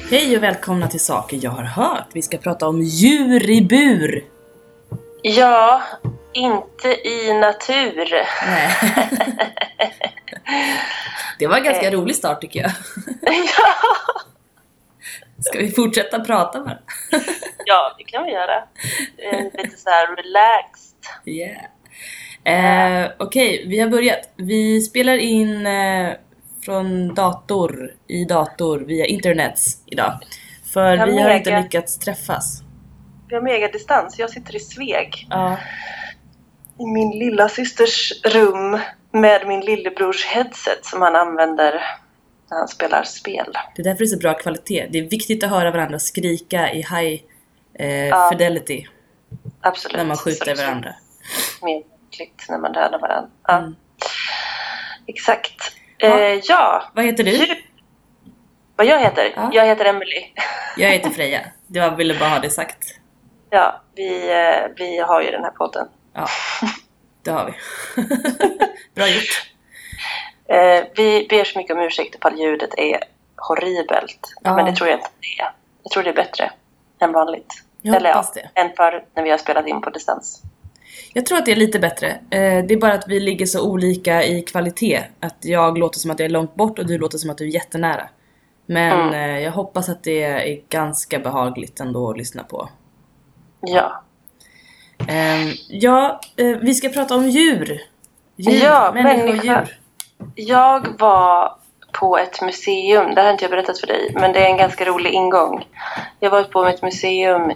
Hej och välkomna till Saker jag har hört. Vi ska prata om djur i bur. Ja, inte i natur. Nej. Det var en ganska rolig start tycker jag. Ja. Ska vi fortsätta prata med? Ja, det kan vi göra. Lite så här relaxed. Yeah. Okej, vi har börjat. Vi spelar in från dator via internet idag. För vi har inte lyckats träffas. Vi har megadistans. Jag sitter i Sveg. Ja. I min lilla systers rum med min lillebrors headset som han använder när han spelar spel. Det är därför det är så bra kvalitet. Det är viktigt att höra varandra skrika i high fidelity. Absolut. När man skjuter varandra. Mer klick när man dödar varandra. Ja. Mm. Exakt. Ja. Vad heter du? Vad jag heter? Ja. Jag heter Emily. Jag heter Freja. Jag ville bara ha det sagt. Ja, vi har ju den här podden. Ja, det har vi. Bra gjort. Vi ber så mycket om ursäkt ifall ljudet är horribelt. Ja. Men det tror jag inte det är. Jag tror det är bättre än vanligt. Eller än för när vi har spelat in på distans. Jag tror att det är lite bättre. Det är bara att vi ligger så olika i kvalitet. Att jag låter som att jag är långt bort och du låter som att du är jättenära. Men jag hoppas att det är ganska behagligt ändå att lyssna på. Ja. Vi ska prata om djur. Människor. Jag var på ett museum, det har inte jag berättat för dig, men det är en ganska rolig ingång. Jag var på ett museum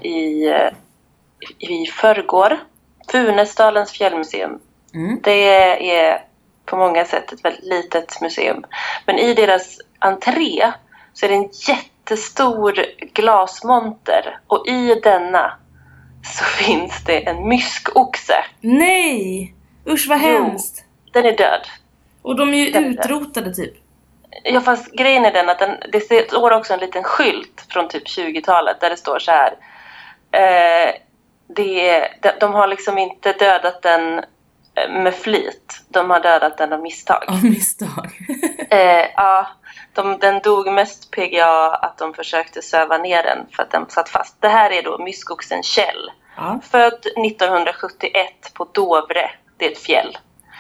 i förrgår, Funäsdalens fjällmuseum. Det är på många sätt ett väldigt litet museum. Men i deras entré så är det en jättestor glasmonter och i denna så finns det en myskoxe. Nej! Usch vad hemskt. Den är död. Och de är ju utrotade typ. Ja, fast grejen är den att det står också en liten skylt från typ 20-talet där det står så här. De har liksom inte dödat den med flit. De har dödat den av misstag. Av misstag? Ja, den dog mest PGA att de försökte söva ner den för att den satt fast. Det här är då myskoxen Kjell. Ja. Född 1971 på Dovre. Det är ett fjäll.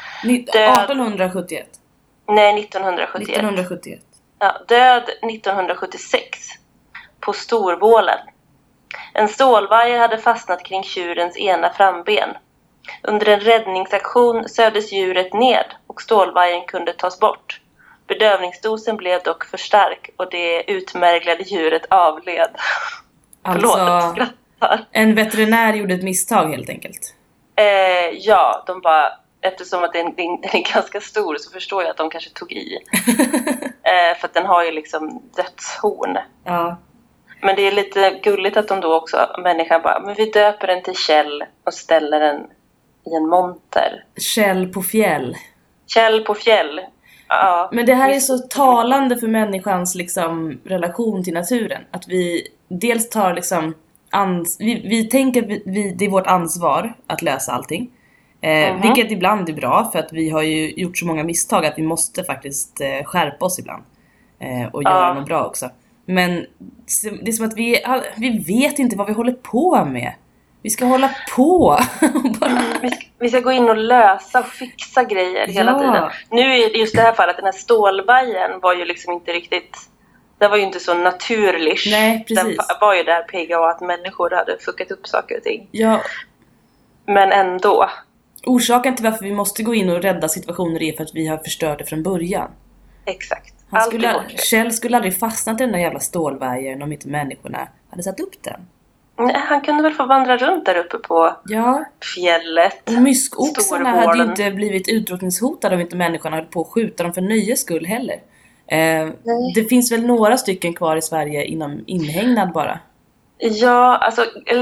1871? Nej, 1971. Ja, död 1976 på Storvålen. En stålvajer hade fastnat kring tjurens ena framben. Under en räddningsaktion sövdes djuret ned och stålvajern kunde tas bort. Bedövningsdosen blev dock för stark och det utmärglade djuret avled. Alltså, en veterinär gjorde ett misstag helt enkelt. Ja, de bara... Eftersom att den är ganska stor så förstår jag att de kanske tog i. För att den har ju liksom dödshorn. Ja. Men det är lite gulligt att de då också, människan bara, men vi döper den till Kjell och ställer den i en monter. Kjell på fjäll. Kjell på fjäll. Ja. Men det här är så talande för människans liksom relation till naturen. Att vi dels tar liksom, vi tänker att det är vårt ansvar att lösa allting. Vilket ibland är bra för att vi har ju gjort så många misstag att vi måste faktiskt skärpa oss ibland och göra något bra också. Men det är som att vi vet inte vad vi håller på med. Vi ska hålla på. Vi ska gå in och lösa och fixa grejer hela tiden. Nu är just det här fallet, den här stålvajern var ju liksom inte riktigt, det var ju inte så naturlig. Nej, precis. Den var ju där PGA att människor hade fuckat upp saker och ting. Ja. Men ändå. Orsaken till varför vi måste gå in och rädda situationer är för att vi har förstört det från början. Exakt. Kjell skulle aldrig fastnat i den där jävla stålvajern om inte människorna hade satt upp den. Nej, han kunde väl få vandra runt där uppe på fjället. Och myskoxarna hade ju inte blivit utrotningshotade om inte människorna höll på att skjuta dem för nöjes skull heller. Det finns väl några stycken kvar i Sverige inom inhägnad bara. Ja,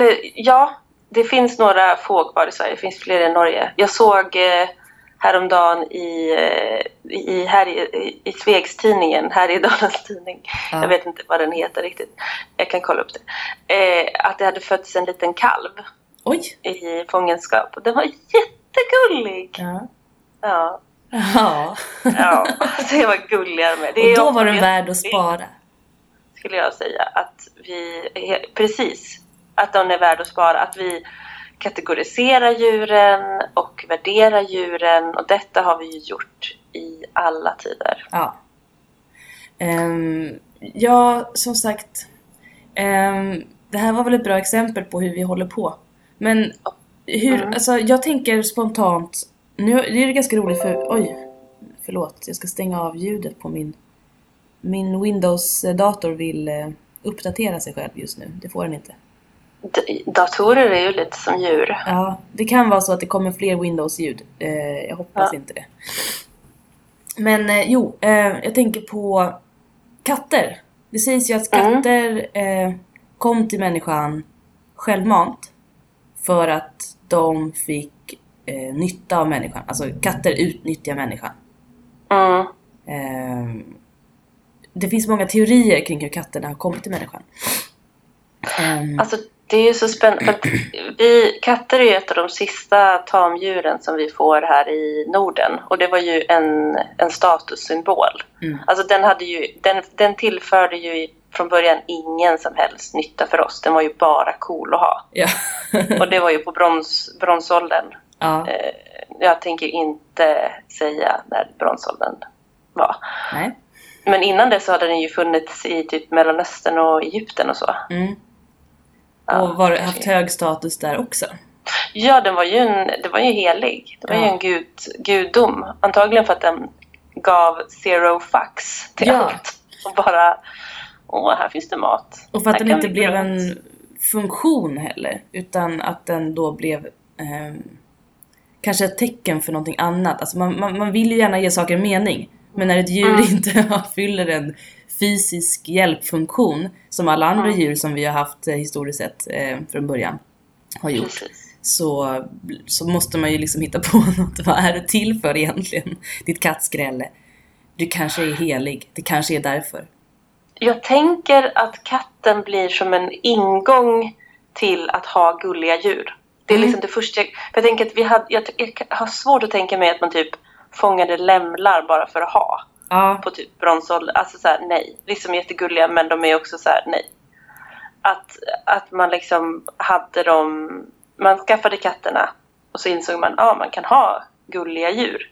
det finns några få kvar i Sverige. Det finns fler i Norge. Jag såg häromdagen i Svegstidningen, här i Dagens tidning. Ja. Jag vet inte vad den heter riktigt. Jag kan kolla upp det. Att det hade fötts en liten kalv. Oj. I fångenskap. Och den var jättegullig. Ja. Ja. Ja. Ja. Det var gulligare med. Det och då var den värd att spara. skulle jag säga. Att precis, att de är värda att spara. Att vi kategoriserar djuren och värderar djuren. Och detta har vi ju gjort i alla tider. Ja. Ja, som sagt. Det här var väl ett bra exempel på hur vi håller på. Men alltså, jag tänker spontant. Nu är det ganska roligt förlåt. Jag ska stänga av ljudet på min Windows-dator vill uppdatera sig själv just nu. Det får den inte. Datorer är ju lite som djur. Ja, det kan vara så att det kommer fler Windows-ljud. Jag hoppas inte det. Men jag tänker på katter. Det sägs ju att katter kom till människan självmant för att de fick nytta av människan. Alltså katter utnyttjar människan. Det finns många teorier kring hur katterna har kommit till människan. Alltså det är ju så spännande för att katter är ju ett av de sista tamdjuren som vi får här i Norden, och det var ju en statussymbol. Alltså den tillförde ju från början ingen som helst nytta för oss. Den var ju bara cool att ha. Ja. Och det var ju på bronsåldern. Ja. Jag tänker inte säga när bronsåldern var. Nej. Men innan det så hade den ju funnits i typ Mellanöstern och Egypten och så. Ja, och haft hög status där också. Ja, det var ju helig. Det var ju en gudom. Antagligen för att den gav zero fucks till allt. Och bara, här finns det mat. Och för att den inte blev en funktion heller. Utan att den då blev kanske ett tecken för någonting annat. Alltså man vill ju gärna ge saker mening. Men när ett djur inte fyller en fysisk hjälpfunktion som alla andra djur som vi har haft historiskt sett från början har gjort. Så måste man ju liksom hitta på något. Vad är det till för egentligen? Ditt kattskrälle. Du kanske är helig. Det kanske är därför. Jag tänker att katten blir som en ingång till att ha gulliga djur. Det är liksom det första. Jag tänker att jag har svårt att tänka mig att man typ fångade lämlar bara för att ha. På typ bronsålder. Alltså såhär, nej. Liksom jättegulliga, men de är också såhär, nej. Att man liksom hade dem. Man skaffade katterna. Och så insåg man, man kan ha gulliga djur.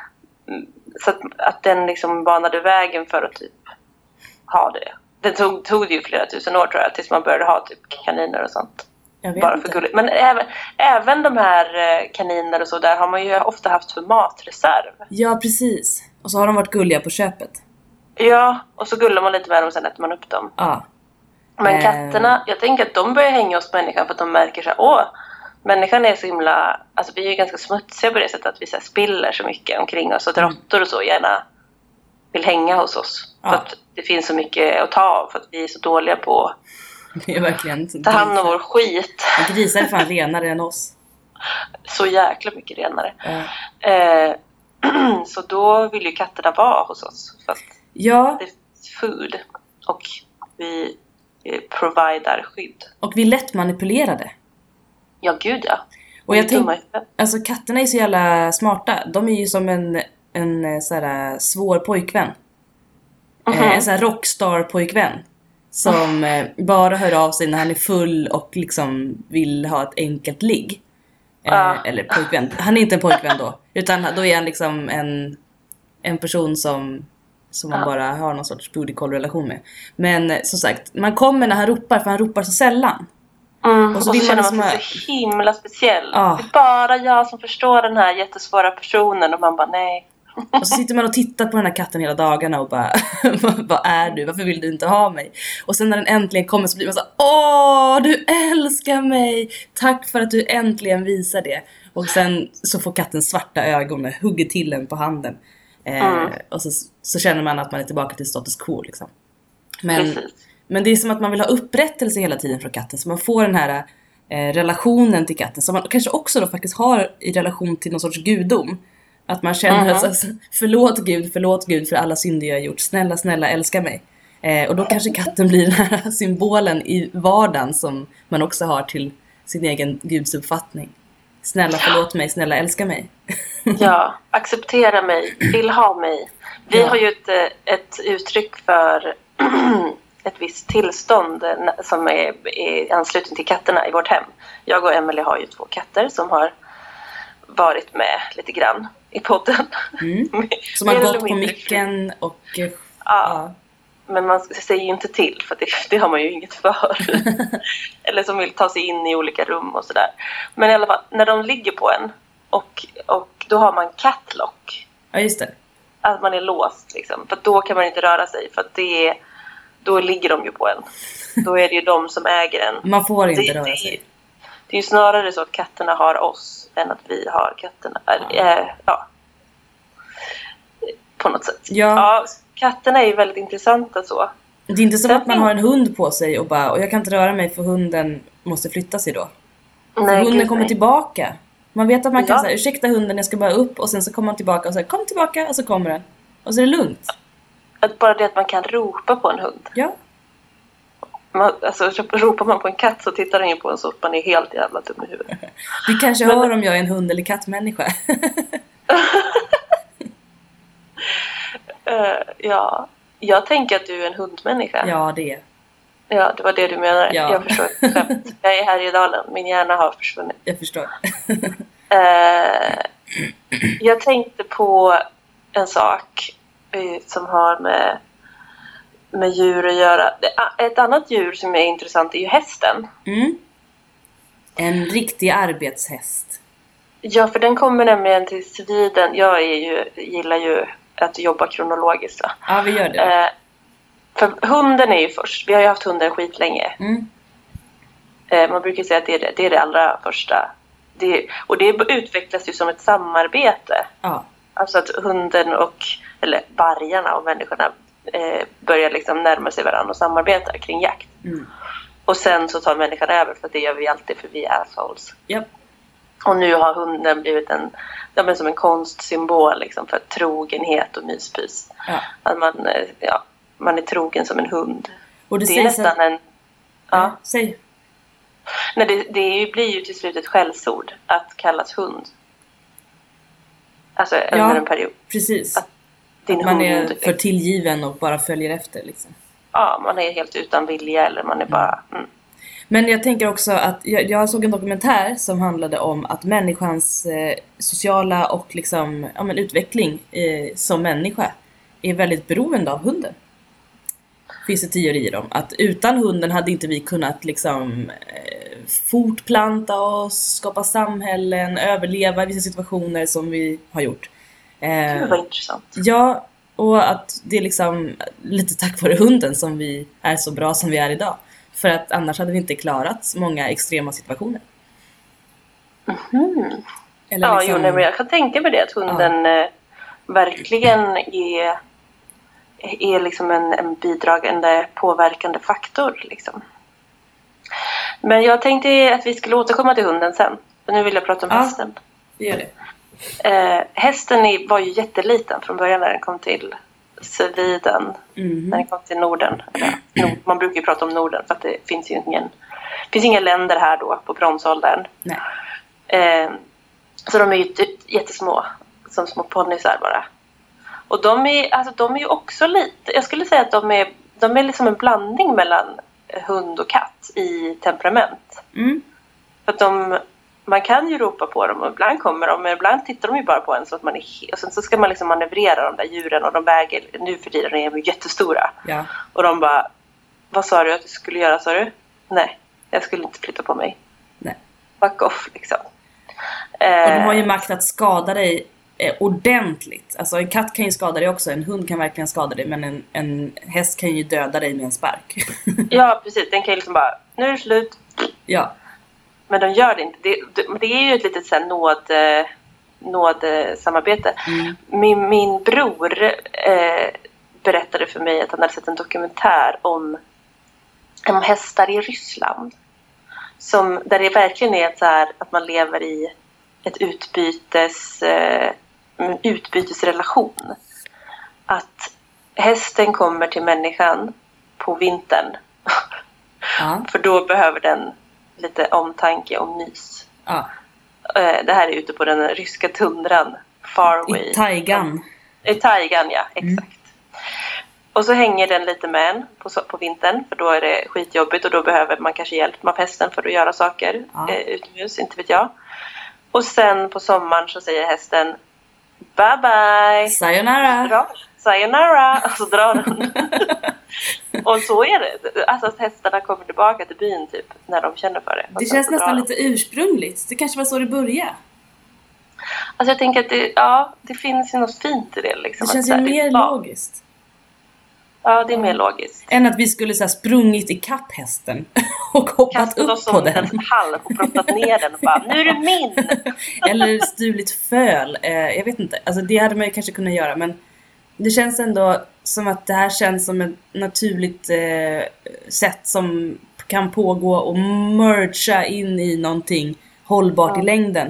Så att den liksom banade vägen för att typ ha det. Det tog ju flera tusen år tror jag. Tills man började ha typ kaniner och sånt. Bara för gulligt. Men även de här kaniner och så, där har man ju ofta haft för matreserv. Ja, precis. Och så har de varit gulliga på köpet. Ja, och så gullar man lite med dem och sen äter man upp dem. Ja. Men katterna, jag tänker att de börjar hänga hos människan för att de märker så här, människan är så himla, alltså vi är ju ganska smutsiga på det sättet att vi så här spiller så mycket omkring oss. Och råttor och så gärna vill hänga hos oss. För att det finns så mycket att ta av, för att vi är så dåliga på det är verkligen ta hand om vår skit. Grisar är fan renare än oss. Så jäkla mycket renare. Så då vill ju katterna vara hos oss. Fast det är food. Och vi providar skydd. Och vi är lätt manipulerade. Ja, gud ja. Och jag tänker, alltså katterna är så jävla smarta. De är ju som en såhär svår pojkvän. En sån här rockstar pojkvän. Som bara hör av sig när han är full och liksom vill ha ett enkelt ligg. Eller pojkvän. Han är inte en pojkvän då. Utan då är han liksom en person som man bara har någon sorts booty call relation med. Men som sagt, man kommer när han ropar, för han ropar så sällan. Och så vill man sig så himla speciell. Det är bara jag som förstår den här jättesvåra personen. Och man bara, nej. Och så sitter man och tittar på den här katten hela dagarna och bara, vad är du? Varför vill du inte ha mig? Och sen när den äntligen kommer så blir man så, du älskar mig! Tack för att du äntligen visar det. Och sen så får katten svarta ögon och hugger till en på handen. Och så känner man att man är tillbaka till status quo liksom. Men det är som att man vill ha upprättelse hela tiden från katten. Så man får den här relationen till katten. Som man kanske också då faktiskt har i relation till någon sorts gudom. Att man känner alltså, förlåt Gud för alla synder jag har gjort. Snälla, älska mig. Och då kanske katten blir den här symbolen i vardagen som man också har till sin egen gudsuppfattning. Snälla förlåt mig, snälla älska mig. Ja, acceptera mig, vill ha mig. Vi har ju ett uttryck för ett visst tillstånd som är i anslutning till katterna i vårt hem. Jag och Emily har ju 2 katter som har varit med lite grann i podden. Som har gått på micken och... Ja. Men man säger ju inte till, för det har man ju inget för. Eller som vill ta sig in i olika rum och sådär. Men i alla fall, när de ligger på en och då har man catlock. Ja, just det. Att man är låst liksom. För då kan man inte röra sig. För att då ligger de ju på en. Då är det ju de som äger en. Man får inte röra sig. Det är ju snarare så att katterna har oss än att vi har katterna. Ja. På något sätt. Ja, katterna är ju väldigt intressanta så. Det är inte som att man har en hund på sig och jag kan inte röra mig för hunden måste flytta sig då. Nej, hunden kommer tillbaka. Man vet att man kan säga, ursäkta hunden, jag ska bara upp, och sen så kommer man tillbaka och säger, kom tillbaka, och så kommer den. Och så är det lugnt. Bara det att man kan ropa på en hund. Ja. Ropar man på en katt så tittar den ju på en så att man är helt jävla dum i huvudet. Du kanske hör om jag är en hund- eller kattmänniska. Ja, jag tänker att du är en hundmänniska. Ja, det är. Ja, det var det du menade. Ja. Jag förstår. Jag är här i dalen. Min hjärna har försvunnit. Jag förstår. Jag tänkte på en sak som har med djur att göra. Ett annat djur som är intressant är ju hästen. En riktig arbetshäst. Ja, för den kommer nämligen till Sweden. Jag gillar ju att jobba kronologiskt. Va? Ja, vi gör det. För hunden är ju först. Vi har ju haft hunden skitlänge. Man brukar säga att det är det allra första. Och det utvecklas ju som ett samarbete. Ja. Alltså att hunden eller vargarna och människorna börjar liksom närma sig varandra och samarbeta kring jakt. Och sen så tar människan över, för det gör vi alltid, för vi är assholes. Yep. Och nu har hunden blivit som en konstsymbol liksom, för trogenhet och myspys. Ja. Att man är trogen som en hund. Och det är nästan en... Ja, säg. Nej, det blir ju till slut ett skällsord att kallas hund. Alltså under en period. Precis. Att man hund är för tillgiven och bara följer efter liksom. Ja, man är helt utan vilja, eller man är bara... Men jag tänker också att jag såg en dokumentär som handlade om att människans sociala och liksom, utveckling som människa är väldigt beroende av hunden. Finns det teorier om att utan hunden hade inte vi kunnat liksom fortplanta oss, skapa samhällen, överleva i vissa situationer som vi har gjort. Det var intressant. Ja, och att det är liksom lite tack vare hunden som vi är så bra som vi är idag. För att annars hade vi inte klarat många extrema situationer. Eller liksom... men jag kan tänka mig det, att hunden verkligen är liksom en bidragande, påverkande faktor liksom. Men jag tänkte att vi skulle återkomma till hunden sen. För nu vill jag prata om hästen. Det gör det. Hästen var ju jätteliten från början när den kom till Sweden. När den kom till Norden. Man brukar ju prata om Norden för att det finns ju inga länder här då på bronsåldern. Nej. Så de är ju jättesmå, som små ponnysar bara. Och de är ju också lite, jag skulle säga att de är liksom en blandning mellan hund och katt i temperament. För att man kan ju ropa på dem, och ibland kommer de, men ibland tittar de ju bara på en, så att man och sen så ska man liksom manövrera de där djuren, och de väger, nu för tiden är de jättestora. Ja. Och de bara, vad sa du att du skulle göra, sa du? Nej, jag skulle inte flytta på mig. Nej. Fuck off liksom. Och de har ju makt att skada dig ordentligt. Alltså en katt kan ju skada dig också, en hund kan verkligen skada dig, men en häst kan ju döda dig med en spark. Ja, precis, den kan ju liksom bara, nu är det slut. Ja. Men de gör det inte. Det är ju ett litet så här nådsamarbete. Min bror berättade för mig att han hade sett en dokumentär om hästar i Ryssland. Där det verkligen är så här att man lever i ett utbytesrelation. Att hästen kommer till människan på vintern. För då behöver den lite omtanke och mys. Ja. Det här är ute på den ryska tundran. Far away. I taigan. I taigan, ja, exakt. Och så hänger den lite med en på vintern, för då är det skitjobbigt och då behöver man kanske hjälp med hästen för att göra saker utomhus, inte vet jag. Och sen på sommaren så säger hästen bye bye. Sayonara. Sayonara. Och så drar den. Och så är det. Alltså att hästarna kommer tillbaka till byn typ när de känner för det. Det känns nästan lite ursprungligt. Det kanske var så det började. Alltså jag tänker att det finns ju något fint i det. Liksom, det känns ju mer logiskt. Ja, det är mer logiskt. Än att vi skulle så här sprungit i kapp hästen och hoppat upp på den. En halv och plottat ner den och bara, nu är du min! Eller stulit föl. Jag vet inte. Alltså det hade man ju kanske kunnat göra. Men det känns ändå som att det här känns som ett naturligt sätt som kan pågå och mergea in i någonting hållbart i längden.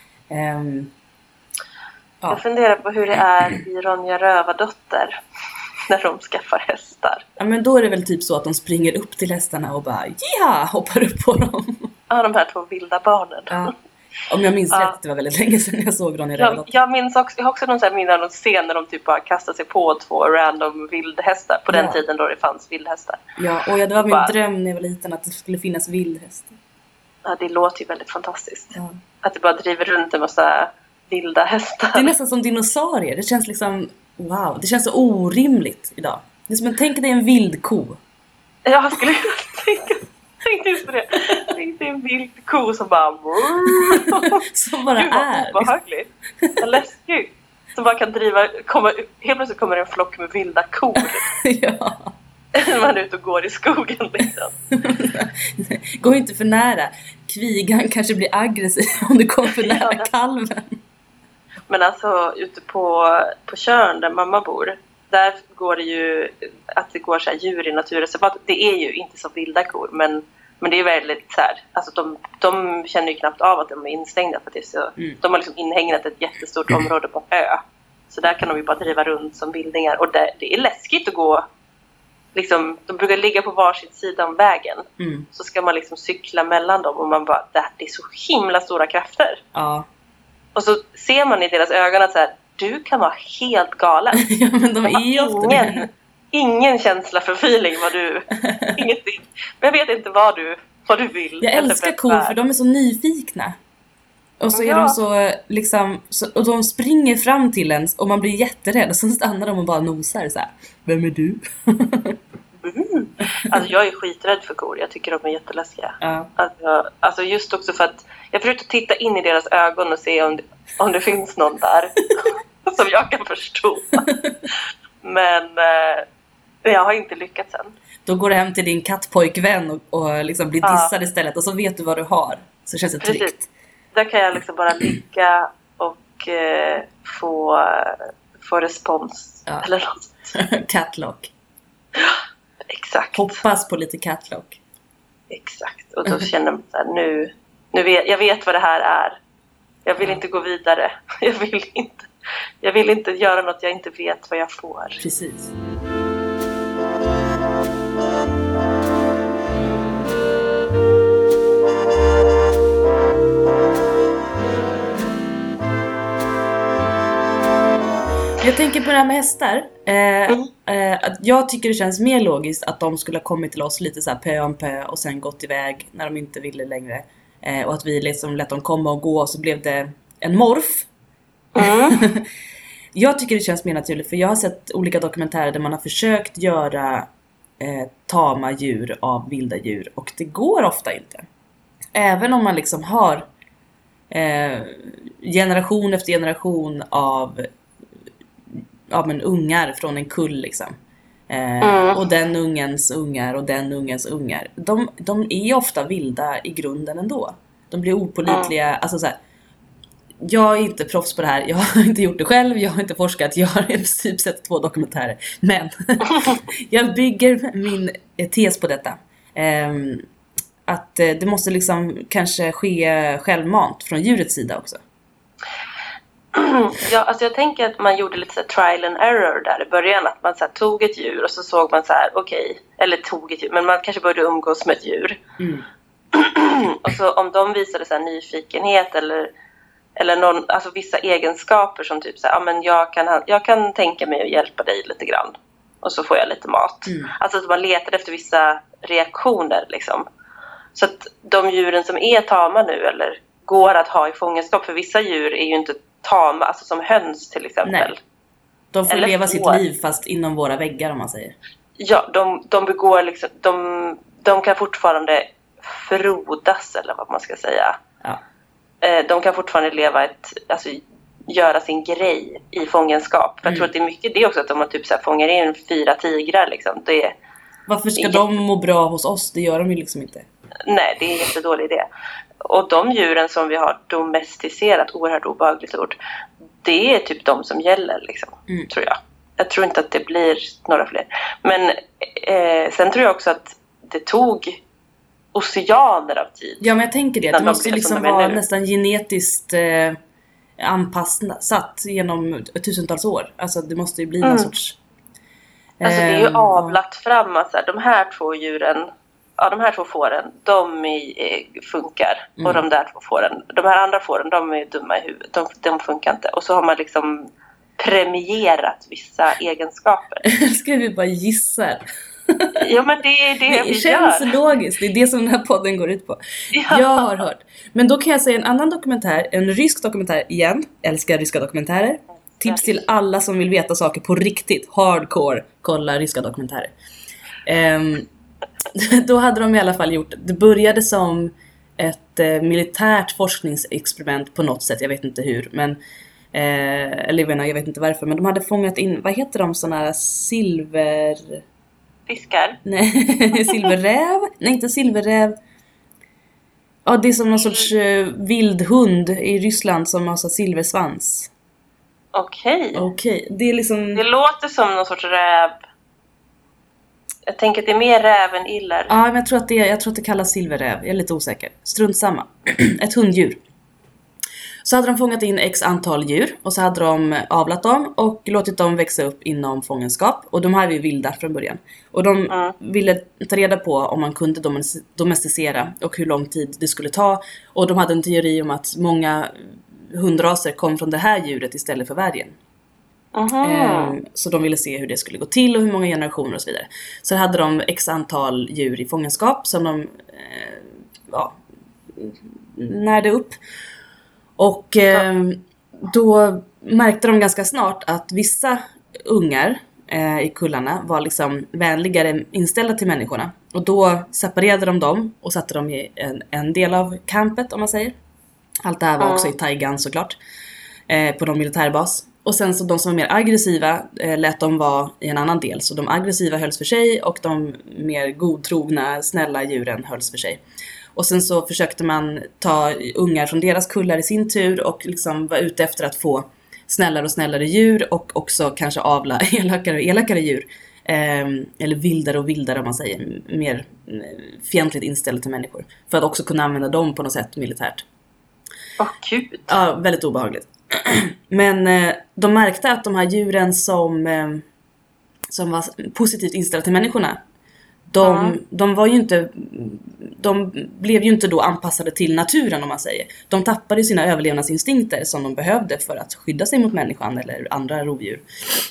Jag funderar på hur det är i Ronja Rövardotter när de skaffar hästar. Ja, men då är det väl typ så att de springer upp till hästarna och bara hoppar upp på dem. Ja, de här 2 vilda barnen. Ja. Om jag minns rätt, det var väldigt länge sedan jag såg Ronja Rövardotter. Jag har också någon sån här minne av någon scen när de typ bara kastar sig på 2 random vildhästar. På den tiden då det fanns vildhästar. Ja, och det var min dröm när jag var liten att det skulle finnas vildhästar. Ja, det låter ju väldigt fantastiskt. Ja. Att det bara driver runt en massa vilda hästar. Det är nästan som dinosaurier. Det känns liksom, wow, det känns så orimligt idag. Det är som att tänka dig en vild ko. Jag skulle tänkte just på det. Tänk dig en vild ko som bara som bara är obehagligt. Läskigt. Som bara kan helt plötsligt kommer en flock med vilda kor. Ja. Man är ute och går i skogen liksom. Gå inte för nära. Kvigan kanske blir aggressiv om du kommer för nära kalven. Men alltså ute på Tjörn där mamma bor, där går det ju att det går så här djur i naturreservat. Det är ju inte så vilda kor, men det är väldigt så här, alltså de känner ju knappt av att de är instängda, för att det är så, de har liksom inhägnat ett jättestort område på en ö. Så där kan de ju bara driva runt som vildingar, och det är läskigt att gå liksom, de brukar ligga på varsitt sida om vägen. Så ska man liksom cykla mellan dem och man bara, det är så himla stora krafter. Ja. Och så ser man i deras ögon att så här, du kan vara helt galen. Ja, men de är ju ofta det. Ingen känsla för feeling, ingenting. Men jag vet inte vad du vill. Jag älskar kor för de är så nyfikna. Och så är de så liksom och de springer fram till en och man blir jätterädd, och så stannar de och bara nosar så här. Vem är du? Alltså jag är skiträdd för kor. Jag tycker de är jätteläskiga. Ja. Alltså just också för att jag försöker titta in i deras ögon och se om det finns någon där som jag kan förstå. Men jag har inte lyckats än. Då går du hem till din kattpojkvän och liksom blir dissad istället, och så vet du vad du har. Så känns det tryggt. Precis. Där kan jag liksom bara ligga och få respons. Ja. Eller något. Catlock. Exakt. Hoppas på lite catlock. Exakt. Och då känner man så här, nu jag vet vad det här är. Jag vill inte gå vidare. Jag vill inte göra något jag inte vet vad jag får. Precis. Jag tänker på det här med hästar. Att jag tycker det känns mer logiskt att de skulle ha kommit till oss lite så här pö om pö och sen gått iväg när de inte ville längre. Och att vi liksom lät dem komma och gå, och så blev det en morf. Jag tycker det känns mer naturligt, för jag har sett olika dokumentärer där man har försökt göra tama djur av vilda djur, och det går ofta inte. Även om man liksom har generation efter generation av ungar från en kull liksom. Och den ungens ungar och den ungens ungar. De är ofta vilda i grunden ändå. De blir opålitliga. Alltså så här, jag är inte proffs på det här. Jag har inte gjort det själv. Jag har inte forskat. Jag har i princip sett 2 dokumentärer. Men jag bygger min tes på detta. Att det måste liksom kanske ske självmant från djurets sida också. Ja, alltså jag tänker att man gjorde lite så trial and error där i början. Att man så här tog ett djur och så såg man så här, okej, eller tog ett djur, men man kanske började umgås med ett djur. Och så om de visade så här nyfikenhet eller någon, alltså vissa egenskaper som typ så här, ja men jag kan tänka mig att hjälpa dig lite grann. och så får jag lite mat. Alltså att man letar efter vissa reaktioner liksom. Så att de djuren som är tama nu eller går att ha i fångenskap, för vissa djur är ju inte tama, alltså som höns till exempel. Nej. De får eller leva sitt liv fast inom våra väggar, om man säger. Ja, de begår liksom, de kan fortfarande frodas, eller vad man ska säga. Ja. De kan fortfarande leva alltså göra sin grej i fångenskap. För jag tror att det är mycket det också, att om man typ så här fångar in 4 tigrar liksom, varför ska de må bra hos oss? Det gör de ju liksom inte. Nej, det är en jättedålig idé. Och de djuren som vi har domesticerat, oerhört obehagligt ord, det är typ de som gäller liksom, tror jag. Jag tror inte att det blir några fler. Men sen tror jag också att det tog oceaner av tid. Ja, men jag tänker det. Det måste liksom vara nästan genetiskt anpassat genom tusentals år. Alltså det måste ju bli någon sorts... Alltså det är ju avlat fram att så här, de här 2 djuren, ja, de här 2 fåren, de funkar. Och de där 2 fåren, de här andra fåren, de är dumma i huvudet. De funkar inte. Och så har man liksom premierat vissa egenskaper. Ska vi bara gissa? Ja, men det är det vi känns gör. Logiskt, det är det som den här podden går ut på. Ja. Jag har hört. Men då kan jag säga en annan dokumentär, en rysk dokumentär igen. Älskar ryska dokumentärer. Tips till alla som vill veta saker på riktigt. Hardcore, kolla ryska dokumentärer. Då hade de i alla fall gjort, det började som ett militärt forskningsexperiment på något sätt, jag vet inte hur, men eller jag vet inte varför, men de hade fångat in, vad heter de, såna här fiskar? Nej, silverräv? Nej, inte silverräv. Ja, det är som någon sorts vildhund i Ryssland som har så silversvans. Okej. Det är liksom... Det låter som någon sorts räv. Jag tänker att det är mer räv än iller. Ja, men jag tror att det kallas silverräv. Jag är lite osäker. Strunt samma. Ett hunddjur. Så hade de fångat in x antal djur. Och så hade de avlat dem och låtit dem växa upp inom fångenskap. Och de här var ju vilda från början. Och de ville ta reda på om man kunde domesticera och hur lång tid det skulle ta. Och de hade en teori om att många hundraser kom från det här djuret istället för vargen. Så de ville se hur det skulle gå till och hur många generationer och så vidare. Så hade de x antal djur i fångenskap som de närde upp. Och då märkte de ganska snart att vissa ungar i kullarna var liksom vänligare inställda till människorna. Och då separerade de dem och satte dem i en del av campet, om man säger. Allt det här var också i Taigan såklart, på någon militärbas. Och sen så de som var mer aggressiva lät dem vara i en annan del. Så de aggressiva hölls för sig och de mer godtrogna, snälla djuren hölls för sig. Och sen så försökte man ta ungar från deras kullar i sin tur och liksom var ute efter att få snällare och snällare djur och också kanske avla elakare och elakare djur. Eller vildare och vildare, om man säger, mer fientligt inställda till människor. För att också kunna använda dem på något sätt militärt. Gud. Ja, väldigt obehagligt. Men de märkte att de här djuren som var positivt inställda till människorna, de var ju inte, de blev ju inte då anpassade till naturen, om man säger. De tappade sina överlevnadsinstinkter som de behövde för att skydda sig mot människan eller andra rovdjur.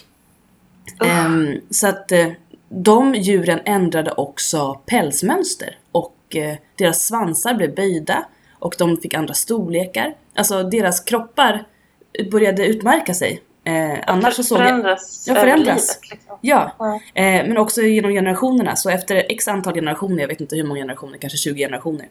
Så att de djuren ändrade också pälsmönster och deras svansar blev böjda och de fick andra storlekar. Alltså deras kroppar började utmärka sig. Annars så förändras. Liksom. Ja. Men också genom generationerna. Så efter x antal generationer, jag vet inte hur många generationer, kanske 20 generationer,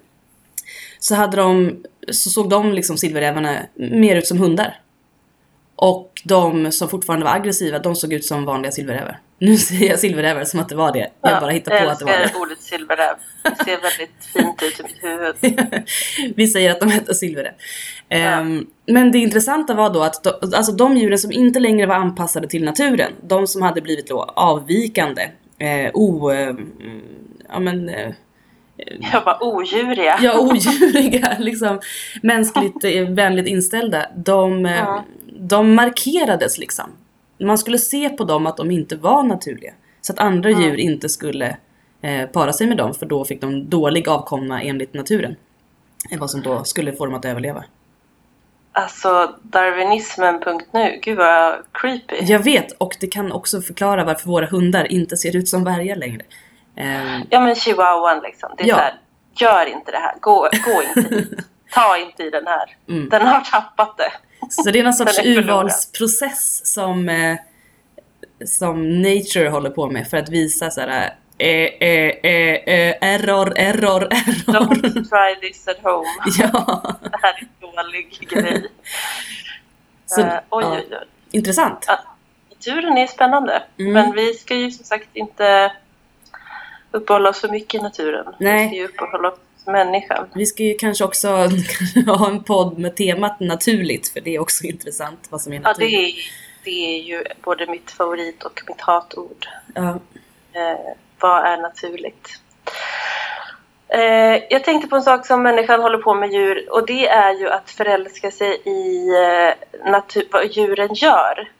så såg de liksom silverrävarna mer ut som hundar. Och de som fortfarande var aggressiva, de såg ut som vanliga silverrävar. Nu säger jag silverrävar som att det var det. Jag bara hittar på att det var det. Jag ordet silverräv. Det ser väldigt fint ut i mitt huvud. Vi säger att de heter silverräv. Men det intressanta var då att alltså de djuren som inte längre var anpassade till naturen, de som hade blivit då avvikande, jag var odjuriga. Ja, odjuriga, liksom mänskligt vänligt inställda. De markerades liksom. Man skulle se på dem att de inte var naturliga. Så att andra djur inte skulle para sig med dem, för då fick de dålig avkomma enligt naturen. Vad som då skulle få dem att överleva. Alltså darwinismen.nu, gud vad creepy. Jag vet, och det kan också förklara varför våra hundar inte ser ut som vargar längre. Ja, men chihuahuan liksom. Det är så här, gör inte det här. Gå inte hit. Ta inte i den här. Den har tappat det. Så det är någon sorts urvalsprocess som nature håller på med för att visa så här error. Don't try this at home. Ja. Det här är en dålig grej. Så, oj. Intressant. Ja, naturen är spännande. Men vi ska ju som sagt inte uppehålla oss för mycket i naturen. Nej. Vi ska ju uppehålla oss med människan. Vi ska ju kanske också ha en podd med temat naturligt, för det är också intressant vad som är naturligt. Ja, det är ju både mitt favorit och mitt hatord. Ja. Vad är naturligt? Jag tänkte på en sak som människan håller på med djur, och det är ju att förälska sig i vad djuren gör.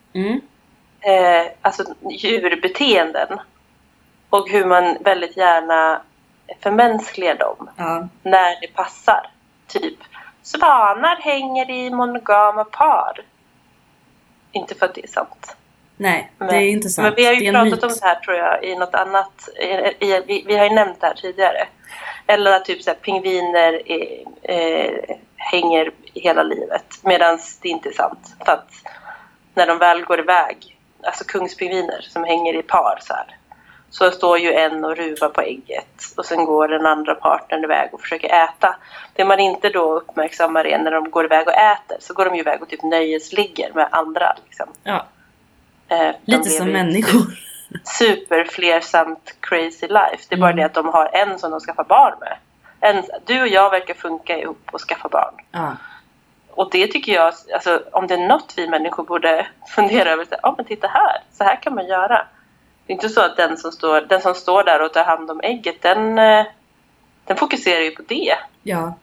Alltså djurbeteenden. Och hur man väldigt gärna förmänskligar dem när det passar. Typ, svanar hänger i monogama par. Inte för att det är sant. Nej, det är inte sant. Men vi har ju pratat om det här, tror jag, i något annat. Vi har ju nämnt det här tidigare. Eller att typ så här, pingviner hänger hela livet. Medan det inte är sant. För att när de väl går iväg, alltså kungspingviner som hänger i par så här, så står ju en och ruvar på ägget. Och sen går den andra partnern iväg och försöker äta. Det man inte då uppmärksammar är när de går iväg och äter. Så går de ju iväg och typ nöjesligger med andra. Liksom. Ja. Lite som människor. Superflersamt crazy life. Det är bara det att de har en som de skaffar barn med. Du och jag verkar funka ihop och skaffa barn. Ja. Och det tycker jag, alltså, om det är något vi människor borde fundera över. Men titta här, så här kan man göra. Det är inte så att den som står där och tar hand om ägget, den fokuserar ju på det. Ja.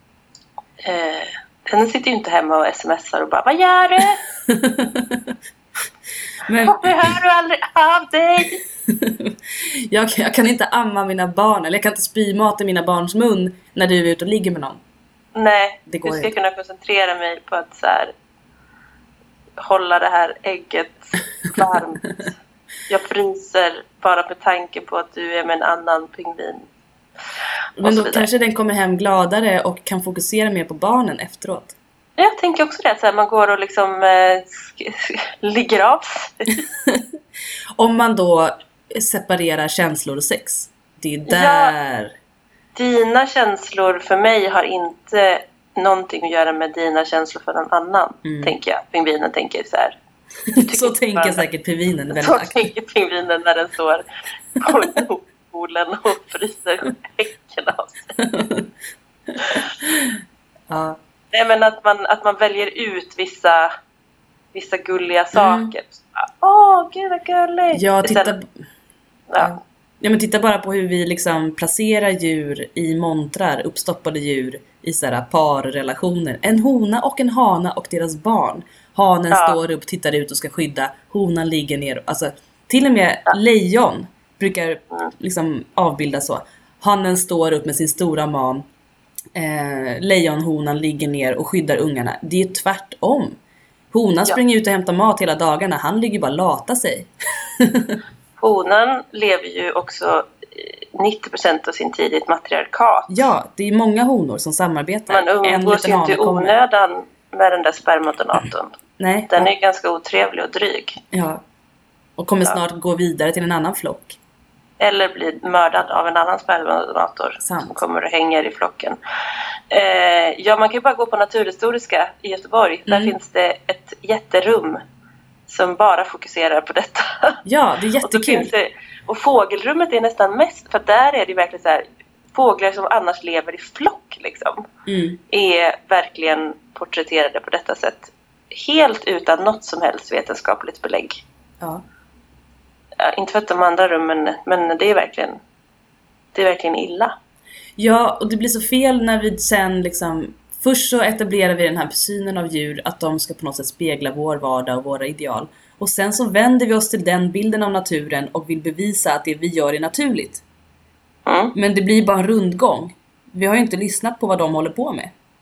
Den sitter ju inte hemma och smsar och bara, vad gör du? Men varför hör du aldrig av dig? jag kan inte amma mina barn, eller jag kan inte spy mat i mina barns mun när du är ute och ligger med någon. Nej, det går du ska inte. kunna koncentrera mig på att så här, hålla det här ägget varmt. Jag fryser bara med tanke på att du är med en annan pingvin. Men då kanske den kommer hem gladare och kan fokusera mer på barnen efteråt. Jag tänker också det, att så här, man går och liksom ligger av sig. Om man då separerar känslor och sex. Det är där... Ja, dina känslor för mig har inte någonting att göra med dina känslor för någon annan, tänker jag. Pingvinen tänker så här. Så tänker säkert pingvinen väldigt så aktivt. tänker pingvinen när den står på nordpolen och fryser häcken av sig. Ja. Nej, men att man väljer ut vissa gulliga saker. Gud vad gulligt. Ja, men titta bara på hur vi liksom placerar djur i montrar, uppstoppade djur i sådär parrelationer. En hona och en hana och deras barn. Hanen står upp, tittar ut och ska skydda. Honan ligger ner. Alltså, till och med lejon brukar liksom avbildas så. Hanen står upp med sin stora man. Lejonhonan ligger ner och skyddar ungarna. Det är tvärtom. Honan springer ut och hämtar mat hela dagarna. Han ligger bara lata sig. Honan lever ju också 90% av sin tid i ett matriarkat. Ja, det är många honor som samarbetar. Man umgås ju inte i onödan med den där spermadonatorn. Nej. Den är ganska otrevlig och dryg. Ja. Och kommer snart gå vidare till en annan flock. Eller bli mördad av en annan spermadonator som kommer och hänger i flocken. Man kan ju bara gå på Naturhistoriska i Göteborg. Där finns det ett jätterum som bara fokuserar på detta. Ja, det är jättekul. Och fågelrummet är nästan mest, för där är det verkligen så här, fåglar som annars lever i flock liksom, är verkligen porträtterade på detta sätt. Helt utan något som helst vetenskapligt belägg. Ja. Inte för att de andra rummen, men det är verkligen illa. Ja, och det blir så fel när vi sen liksom... Först så etablerar vi den här synen av djur, att de ska på något sätt spegla vår vardag och våra ideal. Och sen så vänder vi oss till den bilden av naturen och vill bevisa att det vi gör är naturligt. Men det blir bara en rundgång. Vi har ju inte lyssnat på vad de håller på med.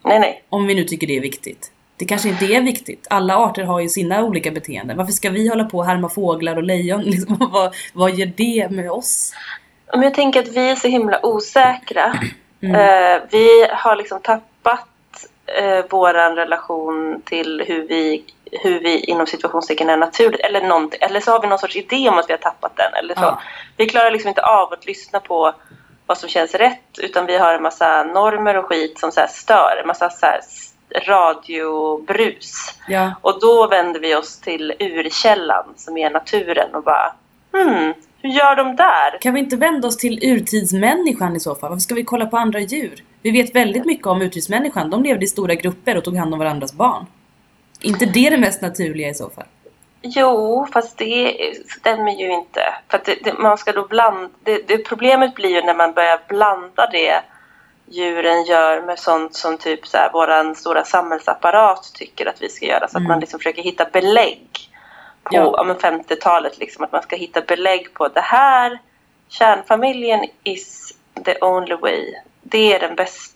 Nej. Om vi nu tycker det är viktigt. Det kanske inte är viktigt. Alla arter har ju sina olika beteenden. Varför ska vi hålla på och härma fåglar och lejon? Liksom, vad gör det med oss? Men jag tänker att vi är så himla osäkra. Vi har liksom tappat våran relation till hur vi inom situationstecken är naturligt. Eller så har vi någon sorts idé om att vi har tappat den. Eller så. Ja. Vi klarar liksom inte av att lyssna på vad som känns rätt. Utan vi har en massa normer och skit som så här stör. En massa så här radiobrus. Ja. Och då vänder vi oss till urkällan som är naturen och bara hur gör de där? Kan vi inte vända oss till urtidsmänniskan i så fall? Varför ska vi kolla på andra djur? Vi vet väldigt mycket om urtidsmänniskan. De levde i stora grupper och tog hand om varandras barn. Inte det mest naturliga i så fall? Jo, fast det stämmer ju inte. För att man ska då blanda... Problemet blir ju när man börjar blanda det djuren gör med sånt som typ så här, våran stora samhällsapparat tycker att vi ska göra. Så att man liksom försöker hitta belägg på 50-talet. Liksom, att man ska hitta belägg på det här. Kärnfamiljen is the only way. Det är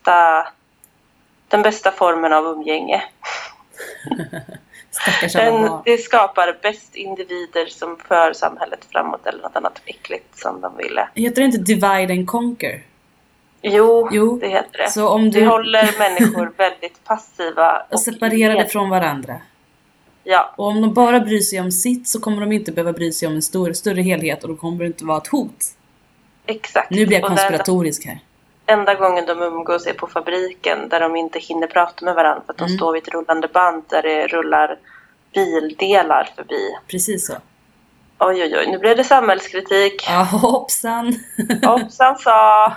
den bästa formen av umgänge. Det skapar bäst individer som för samhället framåt eller något annat äckligt som de ville. Heter det inte divide and conquer? Jo, det heter det. Så om det håller människor väldigt passiva och separerade från varandra. Ja. Och om de bara bryr sig om sitt så kommer de inte behöva bry sig om en större helhet och då kommer det inte vara ett hot. Exakt. Nu blir jag konspiratorisk här. Enda gången de umgås är på fabriken där de inte hinner prata med varandra för att de står vid ett rullande band där det rullar bildelar förbi. Precis så. Oj, nu blev det samhällskritik. Ja, hoppsan. Hoppsan sa.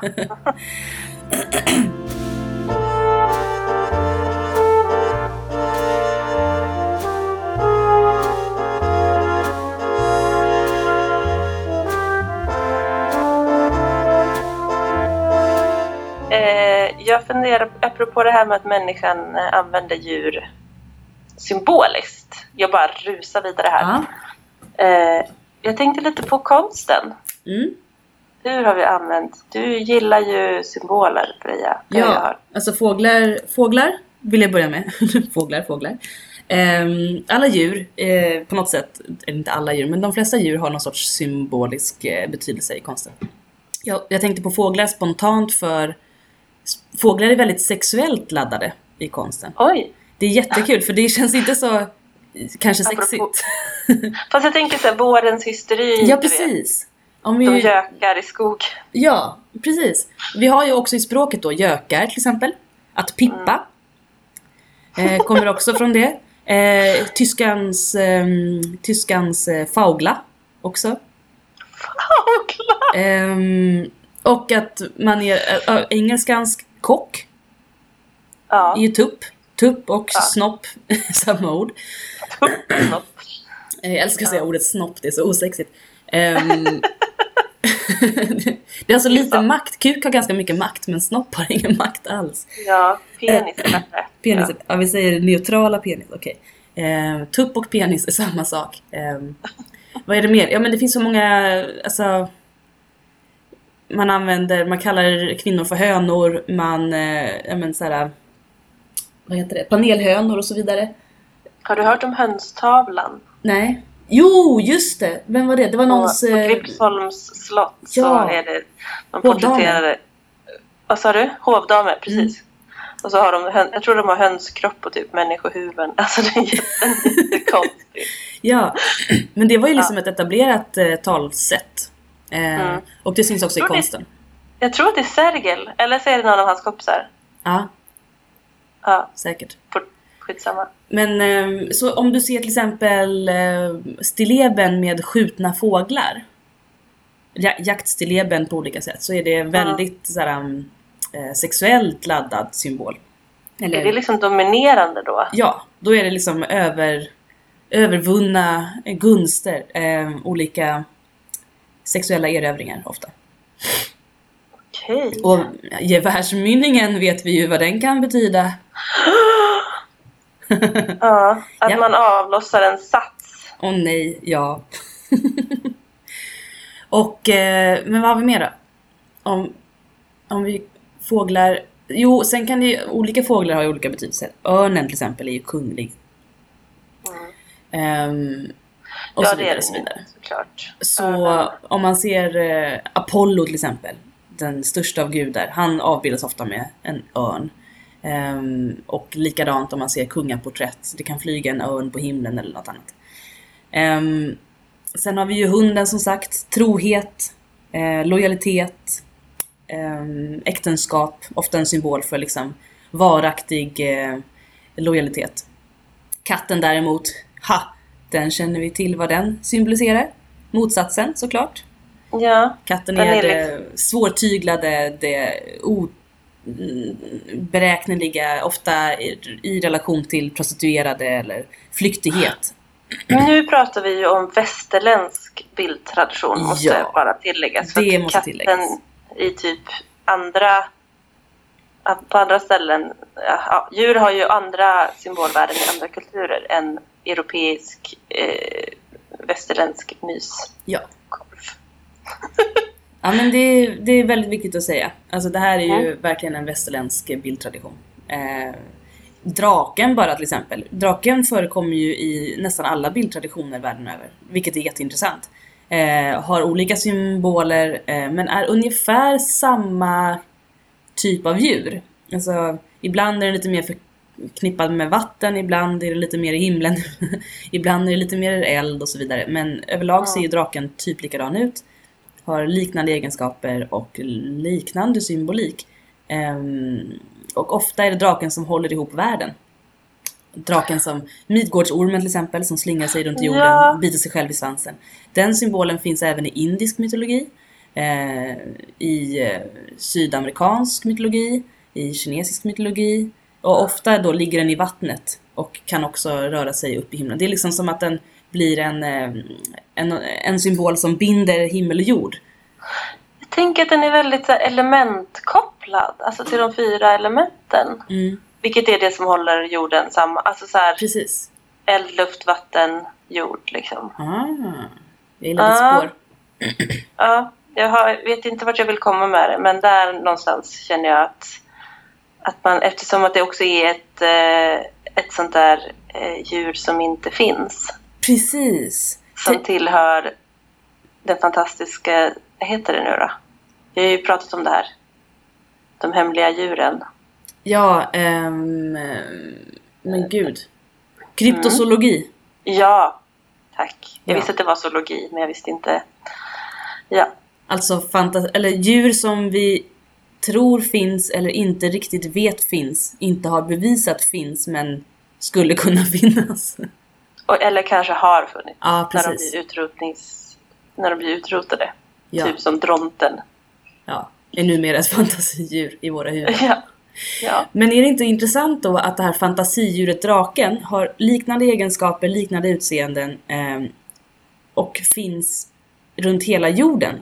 Jag funderar, apropå det här med att människan använder djur symboliskt. Jag bara rusar vidare här. Jag tänkte lite på konsten. Hur har vi använt? Du gillar ju symboler, Freja. Ja, alltså fåglar vill jag börja med. fåglar. Alla djur, på något sätt, eller inte alla djur, men de flesta djur har någon sorts symbolisk betydelse i konsten. Jag tänkte på fåglar spontant för fåglar är väldigt sexuellt laddade i konsten. Oj! Det är jättekul för det känns inte så kanske sexigt. Fast jag tänker så här, vårens hysteri. Ja, precis. De gökar i skog. Ja, precis. Vi har ju också i språket då gökar till exempel. Att pippa. Kommer också från det. Tyskans faugla också. Faugla? Och att man är engelskans kock. Ja. Är ju tupp och snopp. Samma ord. Jag älskar att säga ordet snopp, det är så osexigt. Det är alltså lite makt. Kuk har ganska mycket makt, men snopp har ingen makt alls. Ja, penis är bättre. Ja, vi säger neutrala penis, okej. Tupp och penis är samma sak. Vad är det mer? Ja, men det finns så många, alltså... Man kallar kvinnor för hönor, vad heter det? Panelhönor och så vidare. Har du hört om hönstavlan? Nej. Jo, just det. Vem var det? Det var någons... På Gripsholms slott så är det... De porträtterade... Vad sa du? Hovdamer, precis. Och så har jag tror de har hönskropp och typ människohuvuden. Alltså det är jättekonstigt. Ja, men det var ju liksom ett etablerat talsätt. Och det syns också i konsten. Jag tror att det är Sergel. Eller så är det någon av hans kompisar. Ja, säkert. Skitsamma. Men så om du ser till exempel stilleben med skjutna fåglar, jaktstilleben på olika sätt, så är det väldigt sexuellt laddad symbol. Eller, är det liksom dominerande då? Ja, då är det liksom övervunna gunster, olika sexuella erövringar ofta. Okej. Och gevärsmynningen vet vi ju vad den kan betyda. Ja, att man avlossar en sats. Åh nej, ja. Och, men vad har vi mer då? Om vi fåglar, Jo, sen kan det olika fåglar ha olika betydelser. Örnen till exempel är ju kunglig. Och så vidare, så vidare. Såklart. Så om man ser Apollo till exempel, den största av gudar, han avbildas ofta med en örn. Och likadant om man ser kungaporträtt, det kan flyga en örn på himlen eller något annat. Sen har vi ju hunden som sagt, trohet, lojalitet, äktenskap, ofta en symbol för liksom varaktig lojalitet. Katten däremot, den känner vi till vad den symboliserar. Motsatsen såklart. Ja, katten är det svårtyglade, det oberäkneliga, ofta i relation till prostituerade eller flyktighet. Men nu pratar vi ju om västerländsk bildtradition, måste bara tilläggas. Det måste tilläggas. I typ på andra ställen, djur har ju andra symbolvärden i andra kulturer än europeisk västerländsk mys. Ja. Ja, men det är väldigt viktigt att säga. Alltså det här är ju verkligen en västerländsk bildtradition. Draken bara till exempel. Draken förekommer ju i nästan alla bildtraditioner världen över, vilket är jätteintressant. Har olika symboler, men är ungefär samma typ av djur. Alltså ibland är den lite mer förknippad med vatten, ibland är det lite mer i himlen, ibland är det lite mer eld och så vidare. Men överlag ser ju draken typ likadan ut. Har liknande egenskaper och liknande symbolik. Och ofta är det draken som håller ihop världen. Draken som Midgårdsormen till exempel, som slingar sig runt jorden, biter sig själv i svansen. Den symbolen finns även i indisk mytologi, i sydamerikansk mytologi, i kinesisk mytologi. Och ofta då ligger den i vattnet och kan också röra sig upp i himlen. Det är liksom som att den blir en symbol som binder himmel och jord. Jag tänker att den är väldigt så här, elementkopplad, alltså till de 4 elementen. Vilket är det som håller jorden samman. Alltså så här, precis. Eld, luft, vatten, jord liksom. Jag gillar ditt spår. Jag vet inte vart jag vill komma med det, men där någonstans känner jag att man, eftersom att det också är ett sånt där djur som inte finns. Precis. Som tillhör den fantastiska, vad heter det nu då? Vi har ju pratat om det här. De hemliga djuren. Ja, men gud. Kryptozoologi. Ja, tack. Jag visste att det var zoologi, men jag visste inte. Ja. Alltså eller djur som vi tror finns eller inte riktigt vet finns. Inte har bevisat finns, men skulle kunna finnas. Eller kanske har funnits. Ja, precis. När de blir utrotade. Ja. Typ som dronten. Ja, är numera ett fantasidjur i våra huvuden. Ja. Men är det inte intressant då att det här fantasidjuret draken har liknande egenskaper, liknande utseenden och finns runt hela jorden?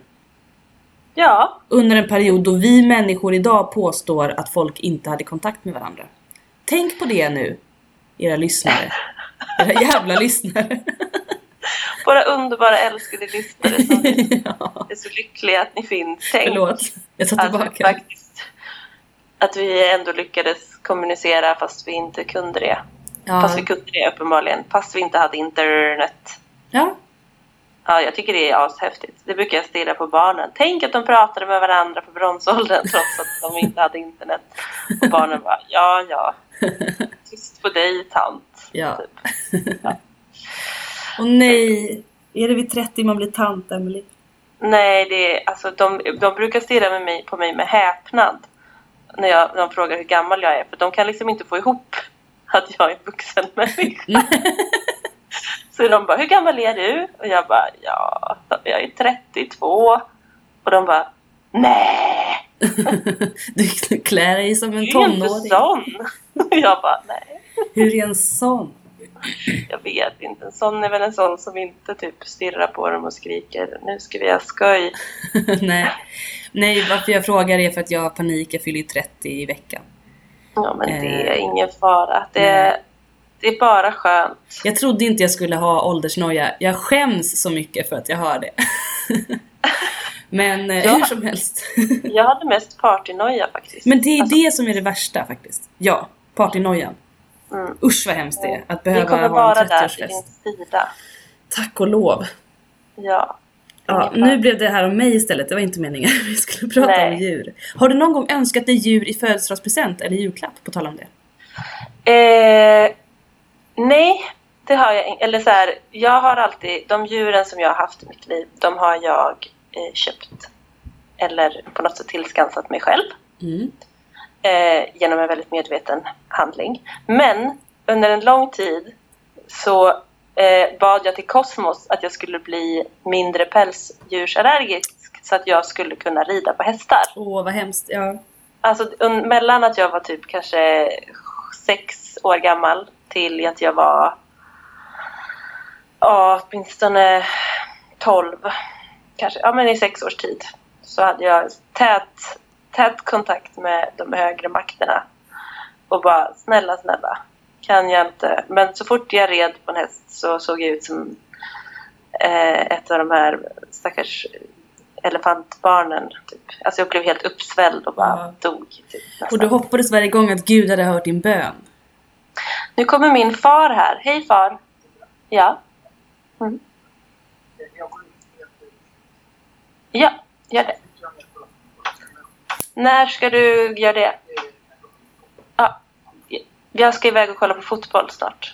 Ja. Under en period då vi människor idag påstår att folk inte hade kontakt med varandra. Tänk på det nu, era lyssnare. Era jävla lyssnare. Våra underbara älskade lyssnare som är så lyckliga att ni finns. Tänk. Förlåt, jag tar tillbaka. Faktiskt, att vi ändå lyckades kommunicera fast vi inte kunde det. Ja. Fast vi kunde det uppenbarligen. Fast vi inte hade internet. Ja. Ja, jag tycker det är ashäftigt. Det brukar jag stirra på barnen. Tänk att de pratade med varandra på bronsåldern trots att de inte hade internet. Och barnen bara, ja. Tyst på dig, tant. Ja. Typ. Ja. Och nej, är det vid 30 man blir tant, Emily? Nej, det är, alltså, de brukar stirra på mig med häpnad när de frågar hur gammal jag är. För de kan liksom inte få ihop att jag är en vuxen människa. Så de bara, hur gammal är du? Och jag bara, jag är 32. Och de bara, nej. Du klär dig som en tonåring. tonåring. Du är inte sån. Och jag bara, nej. Hur är en sån? Jag vet inte. En sån är väl en sån som inte typ stirrar på dem och skriker, nu ska vi ha skoj. Nej, varför jag frågar är för att jag har panik. Jag fyller 30 i veckan. Ja, men det är ingen fara. Det är bara skönt. Jag trodde inte jag skulle ha åldersnoja. Jag skäms så mycket för att jag har det. Men hur som helst. Jag hade mest partynoja faktiskt. Men det är det som är det värsta faktiskt. Ja, partynojan. Usch vad hemskt det är att behöva ha en 30-årsfest. Vi kommer vara där till din sida. Tack och lov. Ja. Ja, nu blev det här om mig istället. Det var inte meningen. Vi skulle prata om djur. Har du någon gång önskat dig djur i födelsedagspresent eller julklapp, på tal om det? Nej, det har jag. Eller så här, jag har alltid, de djuren som jag har haft i mitt liv, de har jag köpt. Eller på något sätt tillskansat mig själv. Genom en väldigt medveten handling. Men under en lång tid så bad jag till Kosmos att jag skulle bli mindre pälsdjursallergisk så att jag skulle kunna rida på hästar. Åh, vad hemskt, ja. Alltså mellan att jag var typ kanske 6 år gammal till att jag var åtminstone 12, kanske, ja men i 6 års tid. Så hade jag tät kontakt med de högre makterna och bara snälla, kan jag inte. Men så fort jag red på en häst så såg jag ut som ett av de här stackars elefantbarnen typ. Alltså jag blev helt uppsvälld och bara dog typ, och du hoppades varje gång att Gud hade hört din bön. Nu kommer min far här. Hej far. Ja. Ja, gör det. När ska du göra det? Ja, jag ska iväg och kolla på fotboll snart.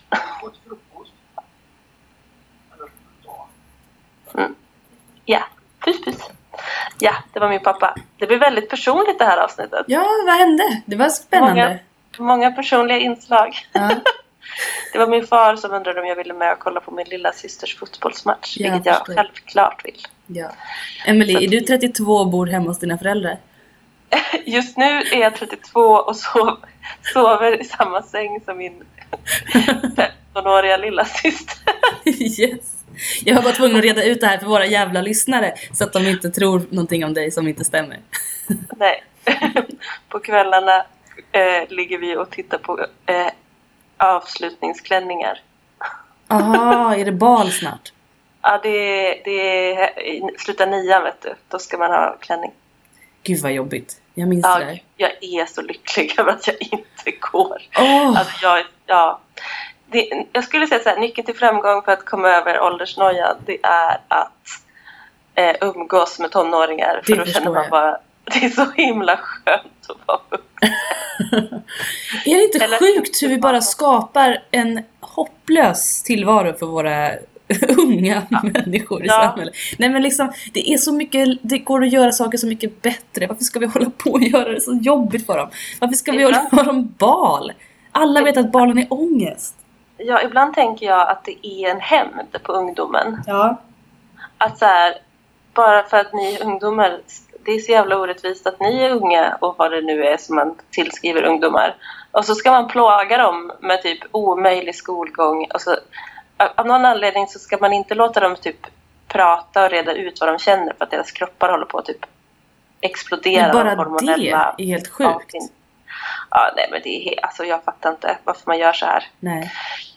Ja, puss. Ja, det var min pappa. Det blir väldigt personligt det här avsnittet. Ja, vad hände? Det var spännande. Många personliga inslag. Ja. Det var min far som undrade om jag ville med och kolla på min lilla systers fotbollsmatch. Vilket jag självklart vill. Ja. Emelie, är du 32 och bor hemma hos dina föräldrar? Just nu är jag 32 och sover i samma säng som min 15-åriga lilla syster. Yes. Jag var bara tvungen att reda ut det här för våra jävla lyssnare så att de inte tror någonting om dig som inte stämmer. Nej. På kvällarna ligger vi och tittar på avslutningsklänningar. Aha, är det bal snart? Ja, det är sluta 9, vet du. Då ska man ha klänning. Gud vad jobbigt. Jag minns det där. Jag är så lycklig över att jag inte går. Alltså jag skulle säga så här, nyckeln till framgång för att komma över åldersnoja, det är att umgås med tonåringar. För då känner man bara, det är så himla skönt att vara Är det inte sjukt hur vi bara skapar en hopplös tillvaro för våra unga människor i samhället? Nej men liksom, det är så mycket, det går att göra saker så mycket bättre. Varför ska vi hålla på och göra det så jobbigt för dem? Varför ska vi hålla på dem bal? Alla vet att balen är ångest. Ja, ibland tänker jag att det är en hämnd på ungdomen. Ja. Att så här, bara för att ni ungdomar, det är så jävla orättvist att ni är unga och vad det nu är som man tillskriver ungdomar. Och så ska man plåga dem med typ omöjlig skolgång. Och så, av någon anledning så ska man inte låta dem typ prata och reda ut vad de känner för att deras kroppar håller på att typ explodera. Men bara det är helt sjukt. Ja, nej men det är alltså jag fattar inte varför man gör så här. Nej.